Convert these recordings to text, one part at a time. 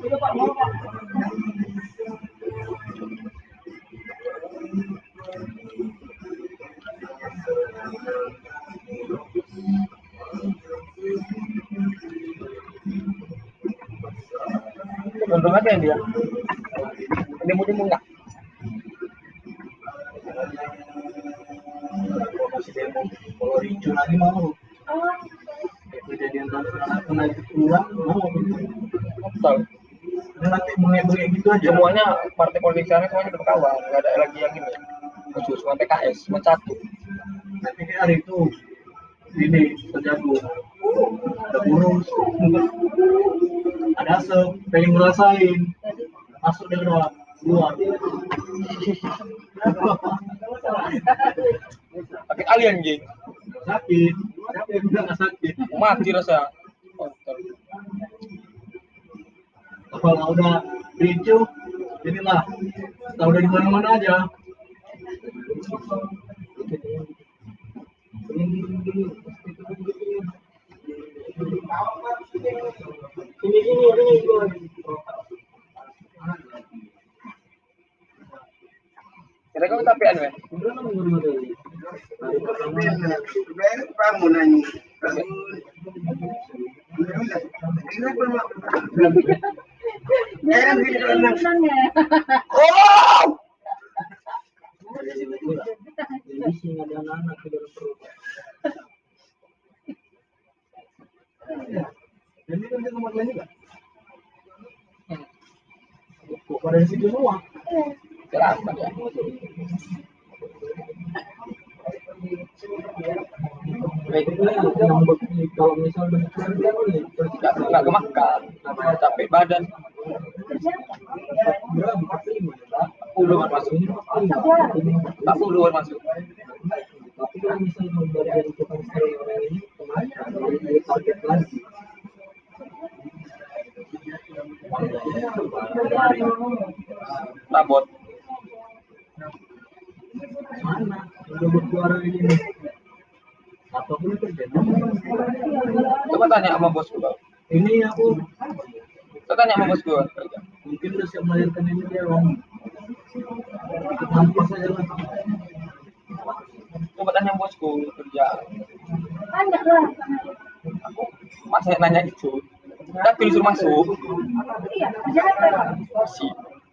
Untung aja dia. Ini mau enggak? Kalau ricu lagi mau. Kejadian tahun aku naik pulang mau. Betul. Nanti mengenai gitu aja. Semuanya partai politik sekarang semuanya berkawan, nggak ada lagi yang ini. Khusus cuma PKS, cuma satu. Nanti hari itu ini terjatuh. Ada burung, ada asap, pengen ngerasain. Masuk dari luar, keluar. Sakit alien geng. Sakit, udah nggak sakit. Mati rasa. Kalau udah ricu, inilah, kita udah di mana-mana aja. Ini. Kira kau tapian ya? Oh! Jadi sih ada anak di dalam perut. Jadi kan dia nomor lain juga. Kok pada di situ semua? Kenapa ya? Kalau misalnya Nggak kemakan, capek badan. 40-an masuk. 40-an masuk. Tapi kalau misalnya dari tukang sayur orang ini kemana? Target lagi. Rabot. Mana? Udah bersuara ini. Apapun terjadi. Coba tanya sama bosku, Bang. Ini aku Coba tanya sama bosku. mungkin udah siap melahirkan ini dia Om. Hampir saja lah. Coba tanya bosku kerja. Tanya lah. Aku masa nanya itu. Tapi disuruh masuk. Iya, kerja apa? Si.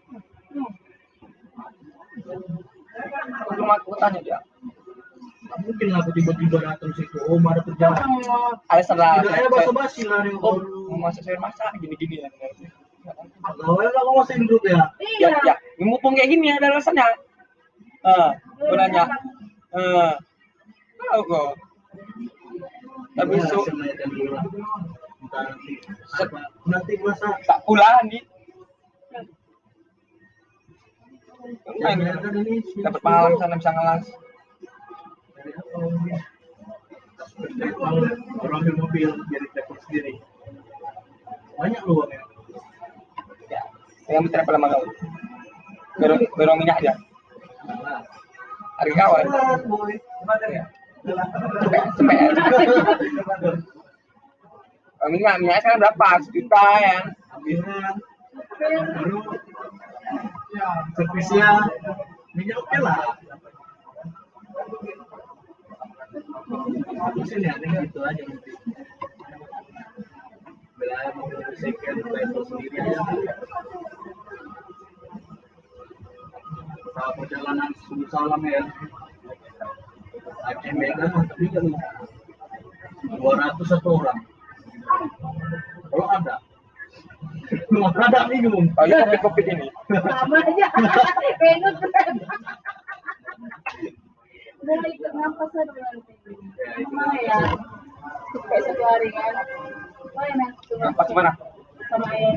Aku tanya dia. Mungkin aku tiba-tiba datang situ, oh ada kerjaan. Alasan lah. Tidak ada basa-basi lah nih. Oh, mau masak sayur masak gini-gini ya. Kalau ya kamu masih hidup ya. Ya, mumpung kayak gini ada alasannya. Gue nanya. Tahu kok. Tapi besok nanti masa tak pulang nih. Dapat pengalaman sana bisa ngelas. Orang ambil mobil jadi travel sendiri. Banyak loh uangnya. Ya, yang travel sama kau. Berong minyak aja. Harga kawan. Cepet. Minyak sekarang berapa? 1 juta ya. Baru servisnya minyak oke lah. Mesin ya, gitu aja nanti. Bela mobil second level sendiri aja. Kalau perjalanan salam ya, Aceh Medan tapi kan 200 satu orang. Kalau ada, nggak ada minum. Paling kopi ini. Sama aja. Penut. Udah ikut nafas aja nanti. Sama ya. Kayak 1 hari kan. Oh enak. Pas mana? Sama ya.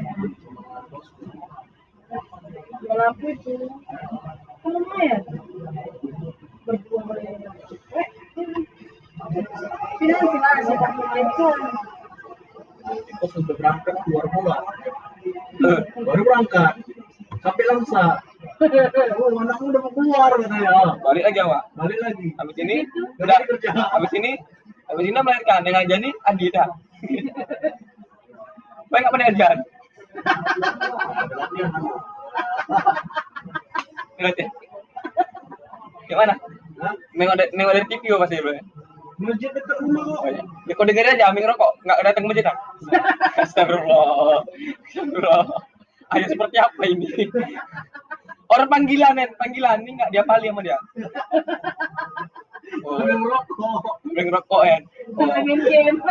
Dalam itu. Kan lumayan. Berdua mereka. Finansi tak itu. Kita sudah berangkat keluar bola. Baru berangkat. Sampai Langsa. Oh, anakmu udah mau keluar katanya. Balik lagi awak. Balik lagi. Habis ini udah kerja. Habis ini melahirkan dengan Jani Adi dah. Baik apa dengan Jan? Latihan aku. Berarti. Gimana? Hah? Nengok dari TV apa sih, Bro? Masjid dekat rumah kok. Ya, kau dengerin aja Aming rokok, nggak datang ke masjid ah. Astagfirullah. Astagfirullah. Ayo seperti apa ini? Orang panggilan ini nggak dia pali sama dia. Oh, Aming rokok. Aming rokok ya. Main game.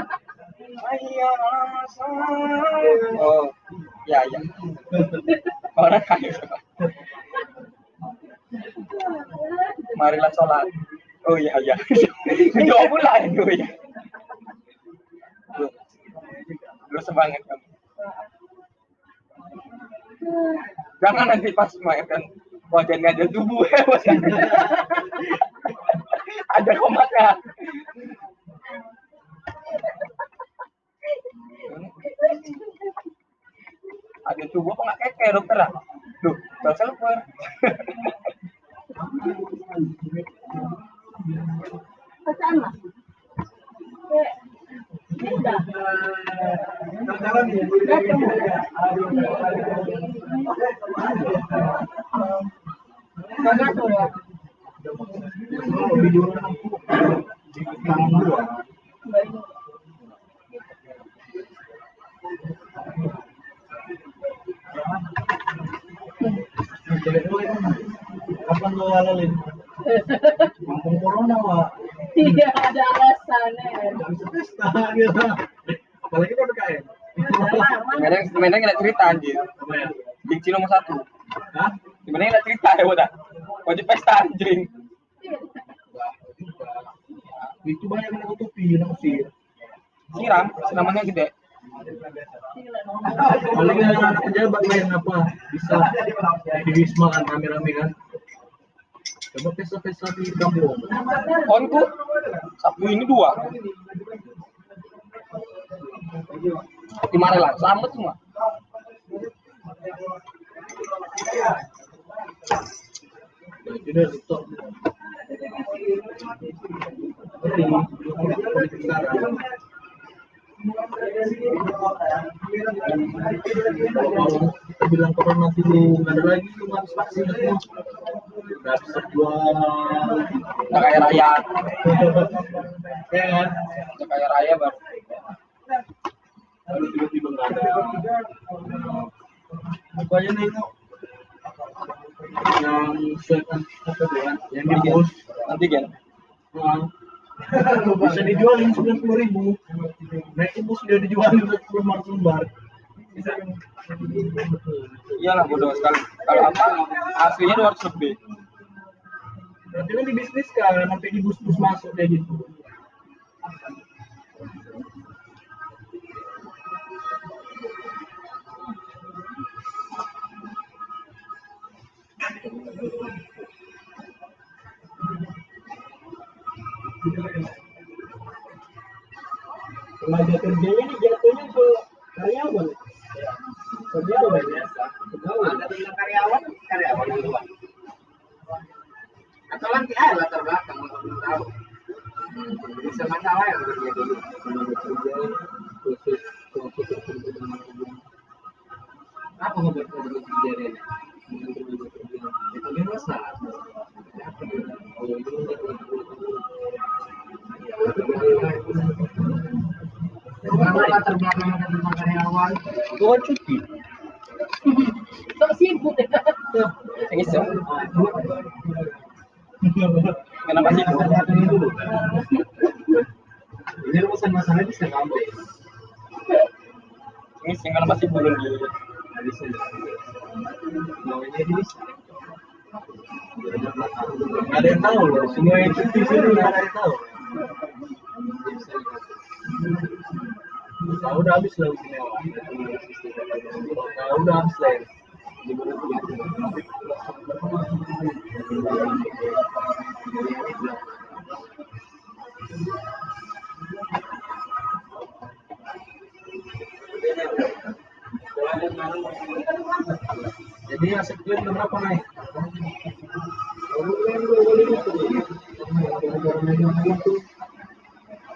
Oh, ya. Orang kaya. Marilah sholat. Oh iya. Jawab pula itu ya. Lu semangat kamu. Jangan nanti pas main kan wajahnya ada tubuh ya. Ada komatnya. Ada tubuh apa nggak keke dokter ah? Duh, dokter lupa. Perasaan mas. Beda. Jalan ya. Banyak tuh ya. Lebih dulu aku. Tangan dua. Kapan lo alalin? Kampung corona, Pak. Iya ada alasannya. Nggak bisa pesta gitu. Apalagi PPKM. Gimana nggak cerita anjir. Apa ya? Gengsi nomor 1. Hah? Gimana nggak cerita ya udah. Wajib pesta anjing. Enggak, juga. Itu banyak yang nutupi, naksir. Siramannya gede. Apalagi anak pejabat lain apa bisa di Wisma kan rame-rame kan. Coba pesta-pesta di kampung. Konku Sabtu ini 2. Di Marelan, selamat semua. Itu udah stop. Politik sekarang. Kalau kita bilang corona dulu nggak ada lagi cuma harus vaksin semua. Nggak bisa jual. Udah kayak raya. Ya kan? Udah kayak raya baru. Lalu tiba-tiba nggak ada. Bukannya nengok yang swab apa tuh kan? Yang di bus. Antigen. Bisa dijualin 90.000. Naik ke bus dia dijualin 40 lembar. Iyalah bodoh sekali. Kalau apa aslinya 200 lebih. Berarti kan dibisniskan sampai di bus-bus masuk kayak gitu. Tenaga kerjanya ini jatuhnya ke karyawan. Pegawai biasa. Pegawai. Ada bilang karyawan yang luar. Atau nanti aja latar belakang kalau belum tahu. Bisa masalah yang bekerja dulu. Apa ngobrol kerja ini? Itu dia masalah. Kalau latar belakang tentang karyawan, Gua cuti. Kok sibuk ya? Yang iseng. Kenapa sih? Ini rumusan masalah bisa ngambil. Ini iseng kenapa sih belum di Nggak bisa. Maunya bisa. Nggak ada yang tahu loh. Semua yang cuti sini nggak ada yang tahu. Nah, udah habis lah istimewa. Nah, udah habis lah. Jadi aset clean berapa naik?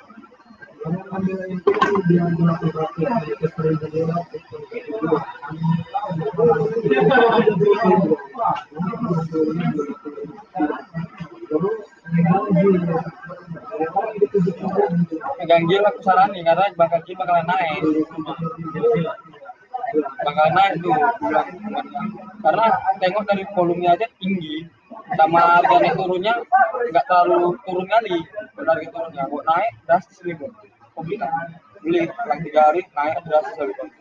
Kamu ambil itu dia Ganjil aku sarani karena bakal Gil bakalan naik. Bakalan naik tuh bilang temannya. Karena tengok dari volumenya aja tinggi. Sama harga naik turunnya nggak terlalu turun kali. Harga turunnya buat naik drastis nih bro. Kok beli kan? Beli selang 3 hari naik drastis lagi bro.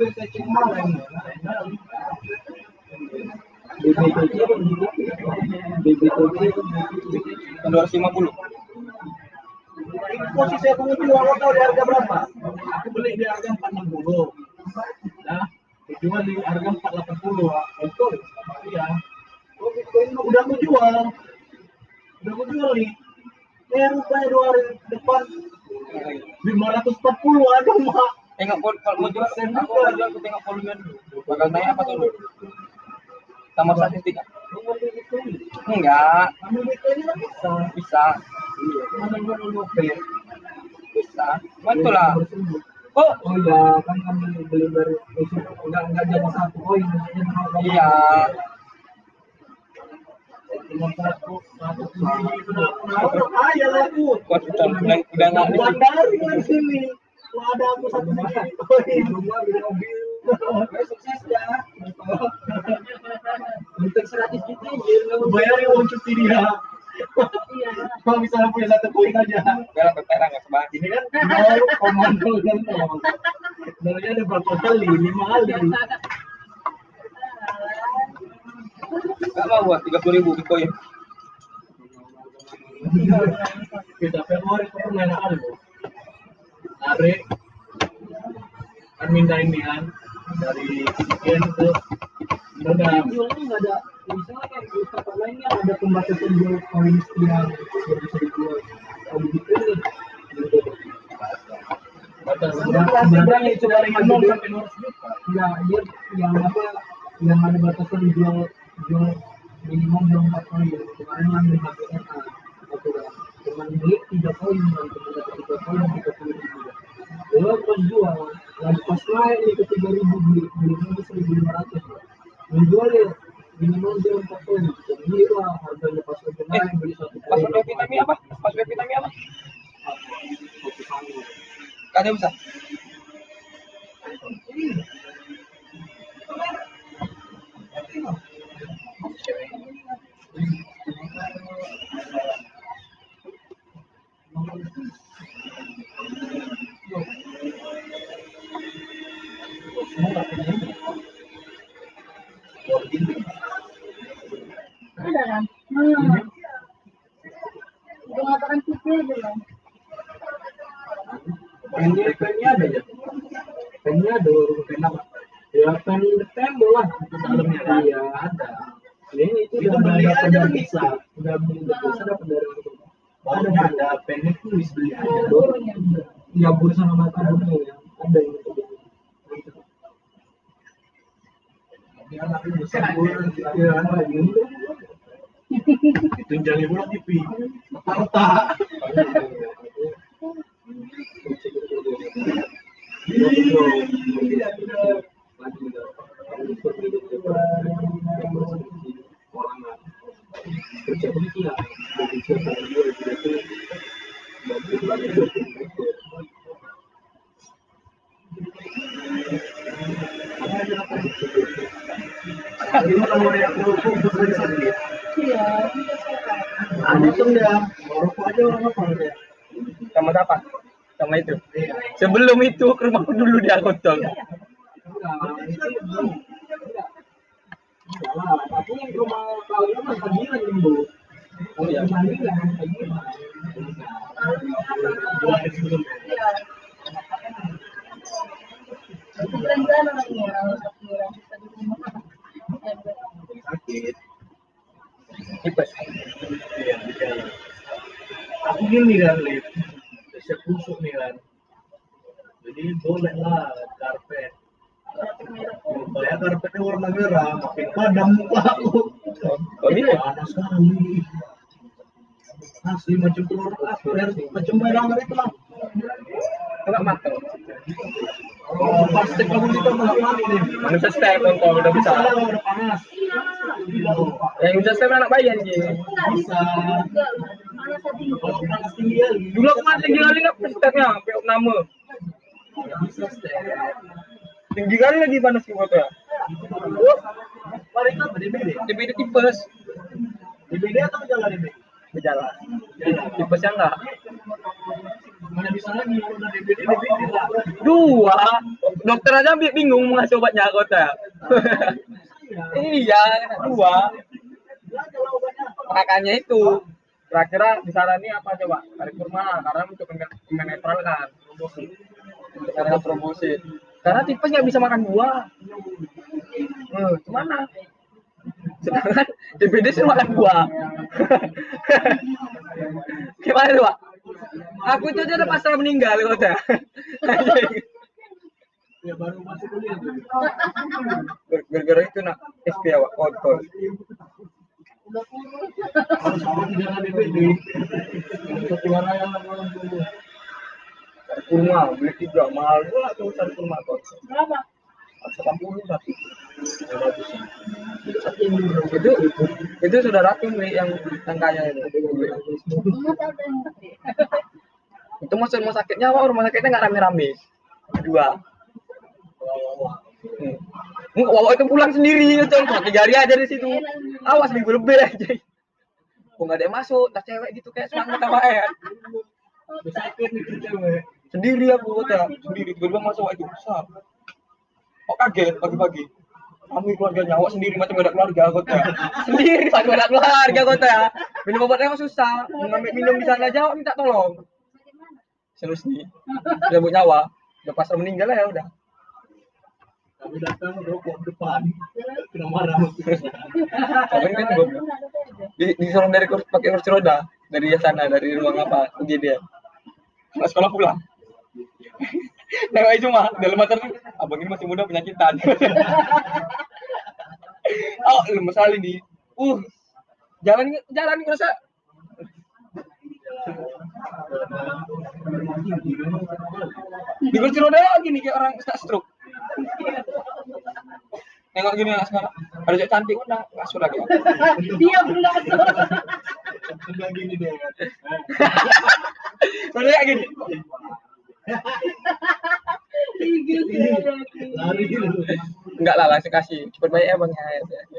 BBTC 250. posisi aku ngejual lo tau di harga berapa? Aku beli di harga 460. Nah, dijual di harga 480. Betul. Iya. Oh, Bitcoin udah aku jual. Udah aku jual nih. Rupanya 2 hari depan 540 ada mak. Tengok kalau mau jual, aku tengok volumenya dulu. Bakal naik apa turun? Sama statistik. Enggak, Ambil Bitcoin kan bisa. bisa. Iya, mana gua ngopet. Bisa. Betul lah. Oh iya, kan kami beli dari enggak jadi satu koin, Iya. cuma satu kaya lah aku. Buat udah nggak di Buat dari di sini. Kalau ada aku satu biji koin, rumah beli mobil. Sukses ya. Untuk 100 juta aja, bayarin uang cuti dia. Kalau misalnya punya satu koin aja. Bela bertera nggak sebahas. Ini kan mau komando kan sebenarnya ada berapa kali? 5 kali. Nggak mau buat 30.000 Bitcoin. Kita Februari itu permainan lo. Tarik kan minta ini kan dari sekian ke udah jualnya nggak ada misalnya kan di tempat lainnya ada pembatasan jual koin sekian baru bisa dijual kalau begitu nih batas berapa itu dari 0 sampai 200 juta enggak dia yang apa yang ada batasan jual minimum 24 koin kemarin yang di HBR cuma beli 3 koin dan kemudian 3 koin 30.000 belum pas jual lagi pas naik nih ke 3.000 belinya di 1.500 menjual ya minimal dia 4 koin jadi lah harganya pas lagi naik beli 1 koin Password vitamin apa? Password vitamin apa? Kagak bisa. Ada kan? Udah ngatakan TV aja lah. pennya ada ya pennya ada pen apa ya pen tembok lah di dalamnya iya ada ini itu udah beli aja bisa udah beli bisa dapat dari barunya ada pennya tulis beli aja ya bur sama mata burnya ya ada yang itu dia lagi besar bur ya ada gitu ditunjangi pula TV mata Iya. ada tuh ya rokok aja orang apa ya Sama siapa? Sama itu. Sebelum itu ke rumahku dulu dia kontol. tapi yang rumah kalian mah tagihan Bu. Oh ya, tagihan. Buat sebelum. Iya. Itu belanjaan orangnya, tapi orang kita di rumah. Sakit. Tipes. Iya, bisa. Aku gini kan, Lip. Saya busuk nih kan. Jadi boleh lah karpet. Saya karpetnya warna merah, makin padam muka aku. Oh gitu. Panas sekali. Asli macam telur apa, macam merah itu lah. Enggak matang. Pas cek kamu itu masih mandi nih. Manusia step kontol udah bisa. Udah panas. Yang bisa step anak bayi anjing. Bisa. Mana tadi? Kalau panas tinggi ya, Dulu aku masih tinggi kali nggak stepnya, PO nama. bisa step. Tinggi kali lagi panas gitu ya. Paling apa DBD? DBD tipes. DBD atau jalan DBD? Berjalan. Tipesnya enggak. Mana bisa lagi kalau udah DBD lah. Dua. Dokter aja bingung mau ngasih obatnya kota. Iya, dua. Makanya itu. Kira-kira disarani apa coba? Tarik kurma karena untuk menetralkan promosi. Untuk area promosi. Karena tipes nggak bisa makan buah. Gimana? Sedangkan DBD sih makan buah. Gimana tuh, Pak? Aku itu aja udah pasal meninggal kota. Ya baru masuk kuliah tuh. Gara-gara itu nak SP awak kontol. Harus jalan DBD. Satu warna yang orang dulu. Kurma beli 3 mahal pula tuh cari kurma kok. Berapa? 80 satu. Itu sudah ratu beli yang kaya itu. Kamu tahu ada yang gede? Itu masuk rumah sakitnya apa rumah sakitnya nggak rame-rame. Kedua. Wawa itu pulang sendiri itu 3 hari aja di situ. Awas minggu lebih aja. Kok nggak ada yang masuk, tak cewek gitu kayak semangat apa ya. Sakit nih cewek. Sendiri aku kota, sendiri tiba-tiba masuk itu besar. Kok kaget pagi-pagi? Kami keluarganya, awak sendiri macam ada keluarga kota. Sendiri macam ada keluarga kota. Minum obatnya susah, ngambil minum di sana aja, awak minta tolong. Serius nih, udah buat nyawa, udah pasal meninggal ya udah. Kami datang rokok depan, kena marah. Kemarin kan gue disuruh dari pakai kursi roda dari sana dari ruang apa UGD ya. Nggak sekolah pulang. Nah cuma dalam motor abang ini masih muda penyakitan. Oh lemes kali nih. Jalan ngerasa. Di kursi roda lagi nih kayak orang stroke. Nengok gini lah sekarang. Ada cewek cantik udah nggak sudah gitu. Dia belum masuk. Sudah gini deh. Soalnya kayak gini. Lari gitu. Enggak lah langsung kasih. Cepet baik ya bang ya.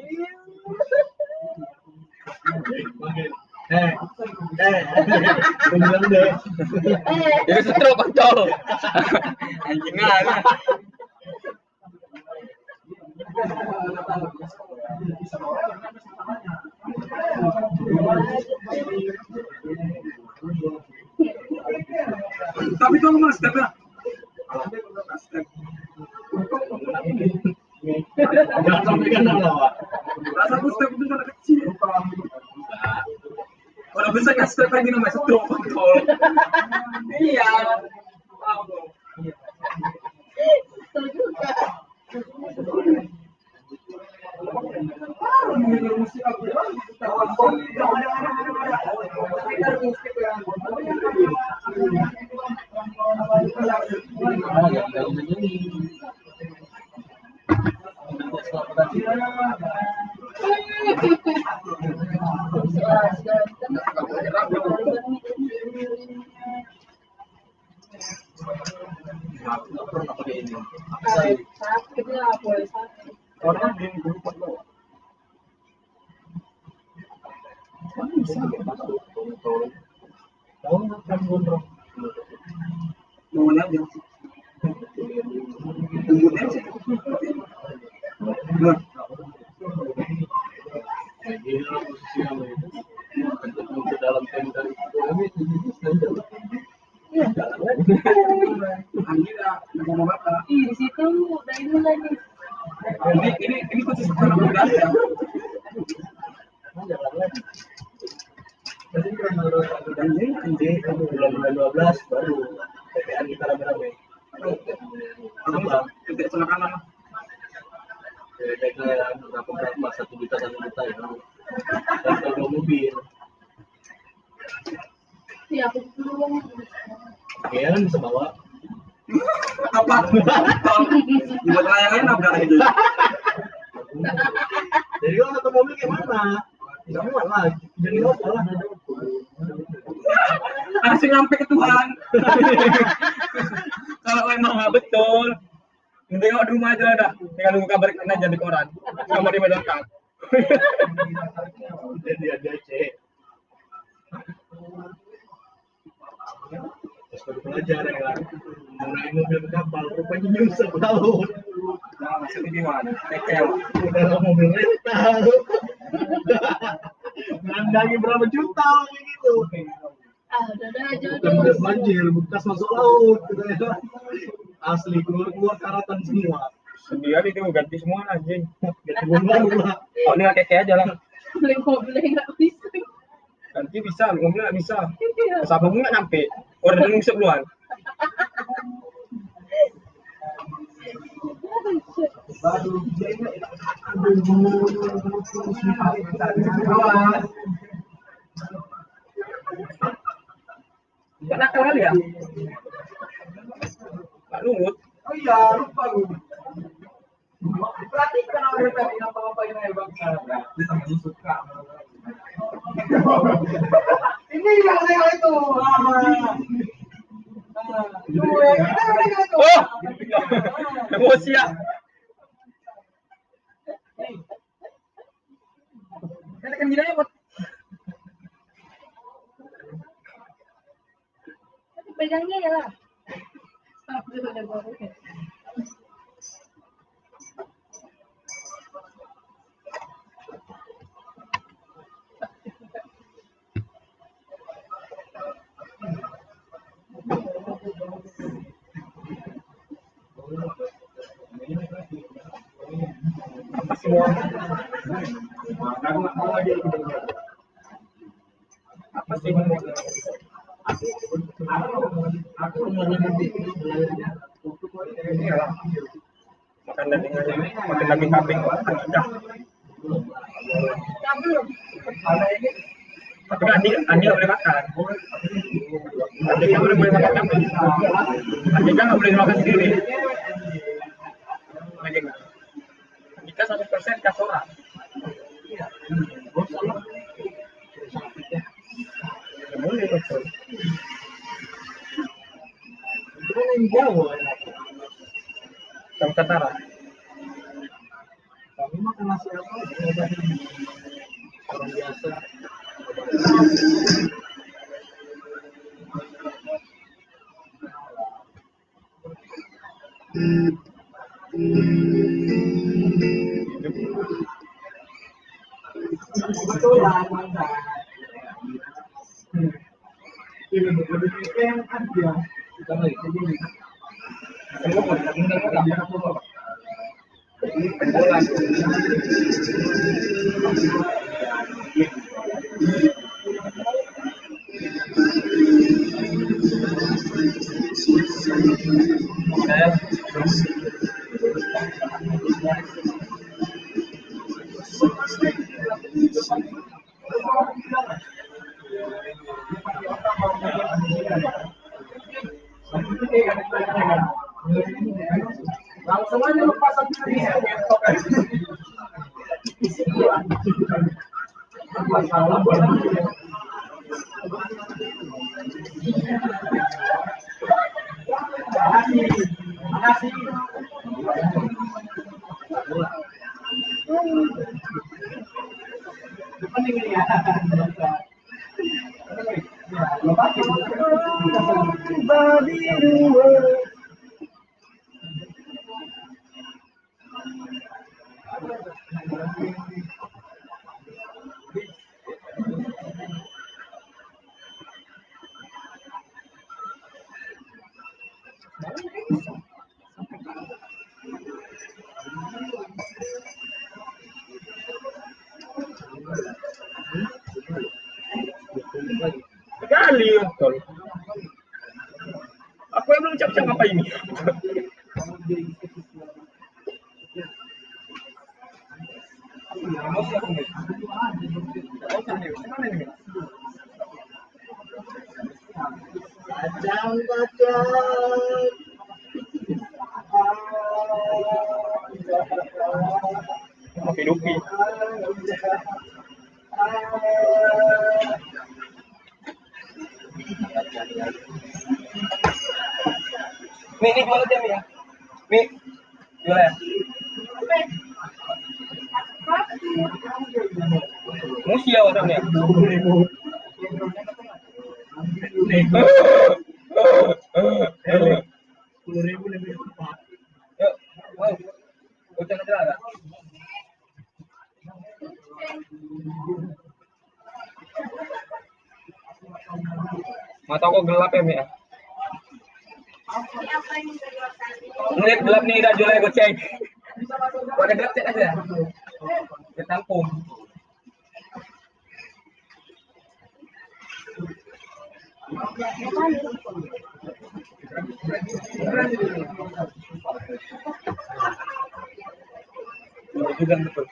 Beneran deh. Itu stroke kontol. Anjing aja. Tapi kamu mas, tapi Jangan sampai kena lah, Pak. rasa aku step itu kan kecil. Kalau bisa kan step lagi namanya stroke kontol. Iya. Betul juga. Sakitnya boleh sakit. Orang di grup lo. Tahu nggak kan gondrong? Mulai aja. Tungguin sih. Nah, Ini adalah posisi yang untuk ke dalam tenda itu. Kami Anjir, mau apa? Ih, di situ udah ini lagi. Ini khusus anak muda ya. Berarti kan harus ada janji bulan 12 baru PPN kita rame-rame. Apa? Tidak silakan. Kayak berapa 1 juta ya. Dan kalau mobil, Iya, aku belum. ya kan bisa bawa. Apa? Dibuat layangan nabrak gitu. Jadi kalau satu mobil kayak mana? Nggak muat lah. Jadi lokal lah. Harus nyampe ke Tuhan. Kalau memang nggak betul, tengok di rumah aja dah. Tinggal nunggu kabar aja di koran. Sama di Medan Cup. Jadi ada cek. Terus baru belajar ya kan. Naik mobil ke kapal, rupanya nyusap laut. Nah, maksudnya gimana? Tekel. Udah mobil rental. Ngandangi berapa juta kayak gitu. Udah Bukan jodoh. bekas banjir, bekas masuk laut gitu ya. Asli keluar karatan semua. Dia itu ganti semua anjing. Ganti baru lah. Oh, ini kayak aja lah. Beli mobil nggak bisa. Ganti bisa, ngomongnya nggak bisa. Sabung nggak nyampe. Orang ngusuk duluan. Nggak nakal kali ya? Nggak nurut. Oh iya, lupa gue. Perhatikan orang tadi apa-apain aja bangsa. Dia suka. Ini yang saya itu. Oh, emosi ya. Katakan gini aja, Bot. Pegangnya ya lah. Udah baru ya. Apa semua? Apa sih mau? Aku nanti Makan daging aja, makan daging kambing, udah. Tapi kan Andi nggak boleh makan. Andi kan boleh makan kambing. Andi kan nggak boleh makan sendiri. Daging. Kita 100% kas orang. Boleh betul. itu kan yang jauh. Yang Nusantara. Kami makan nasi apa aja. Orang biasa. Kebetulan mangga. Ini lebih keren aja. Kita lagi begini. Semua undang-undang. Langsung aja lepas masalah buat makasih. Depan ini ya. Kali betul. Aku yang belum ucap apa ini. Kacang. Kopi Dupi. Ini jual aja ya. Mi, jual ya. Musia orang ya. 10.000 lebih cepat. Yuk, wow. Ucap aja ada. Mata kok gelap ya, Mi ya? Ini gelap nih, udah jual gue cek. Pakai gelap cek aja. Ketampung. Juga betul.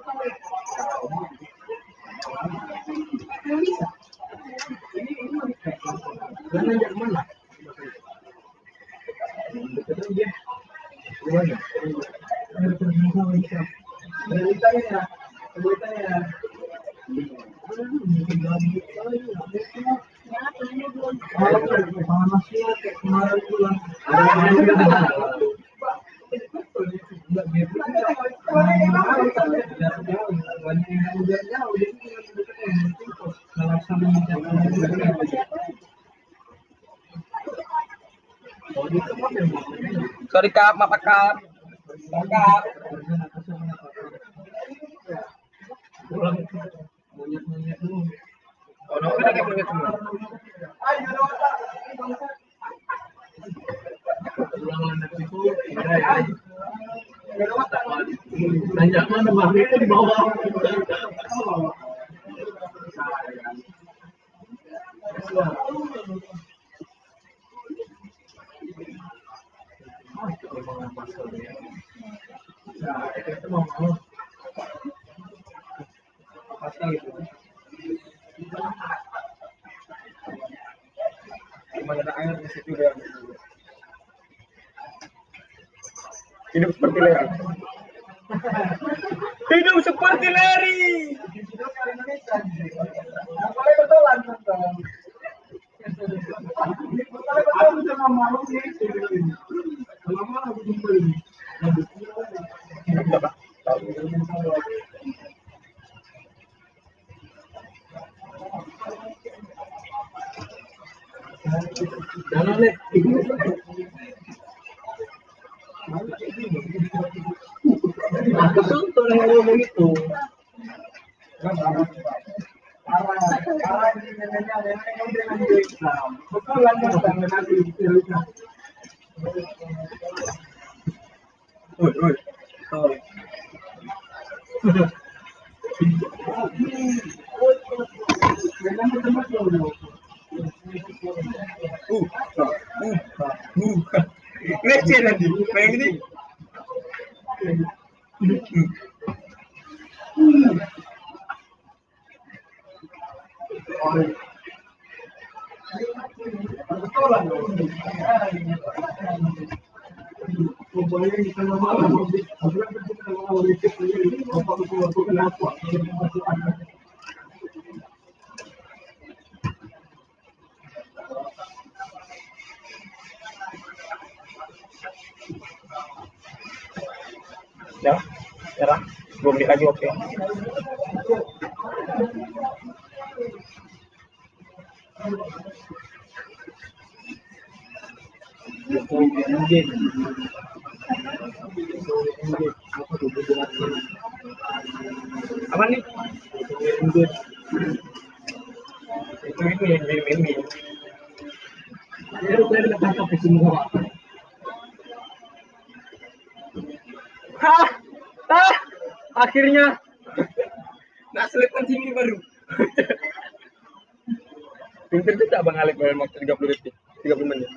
Karena yang mana? Gimana? Sorry kap, maaf kap. Kap. Oh, no, kita kayak semua. Banyak mana bahaya di bawah. Gimana air di situ dia. Hidup seperti Larry. Hidup seperti Larry. Receh nanti, kayak gini. Ya, serah. 2 menit lagi oke. Apa nih? Itu ini. Akhirnya nak selipkan sini baru. Pinter juga Bang Alif dalam waktu 30 detik, 30 menit.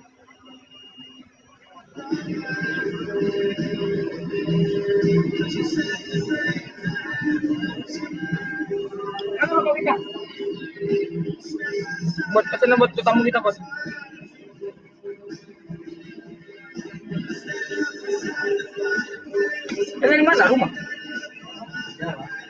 Buat pesanan buat tamu kita, Bos. Dari mana rumah? ada lah.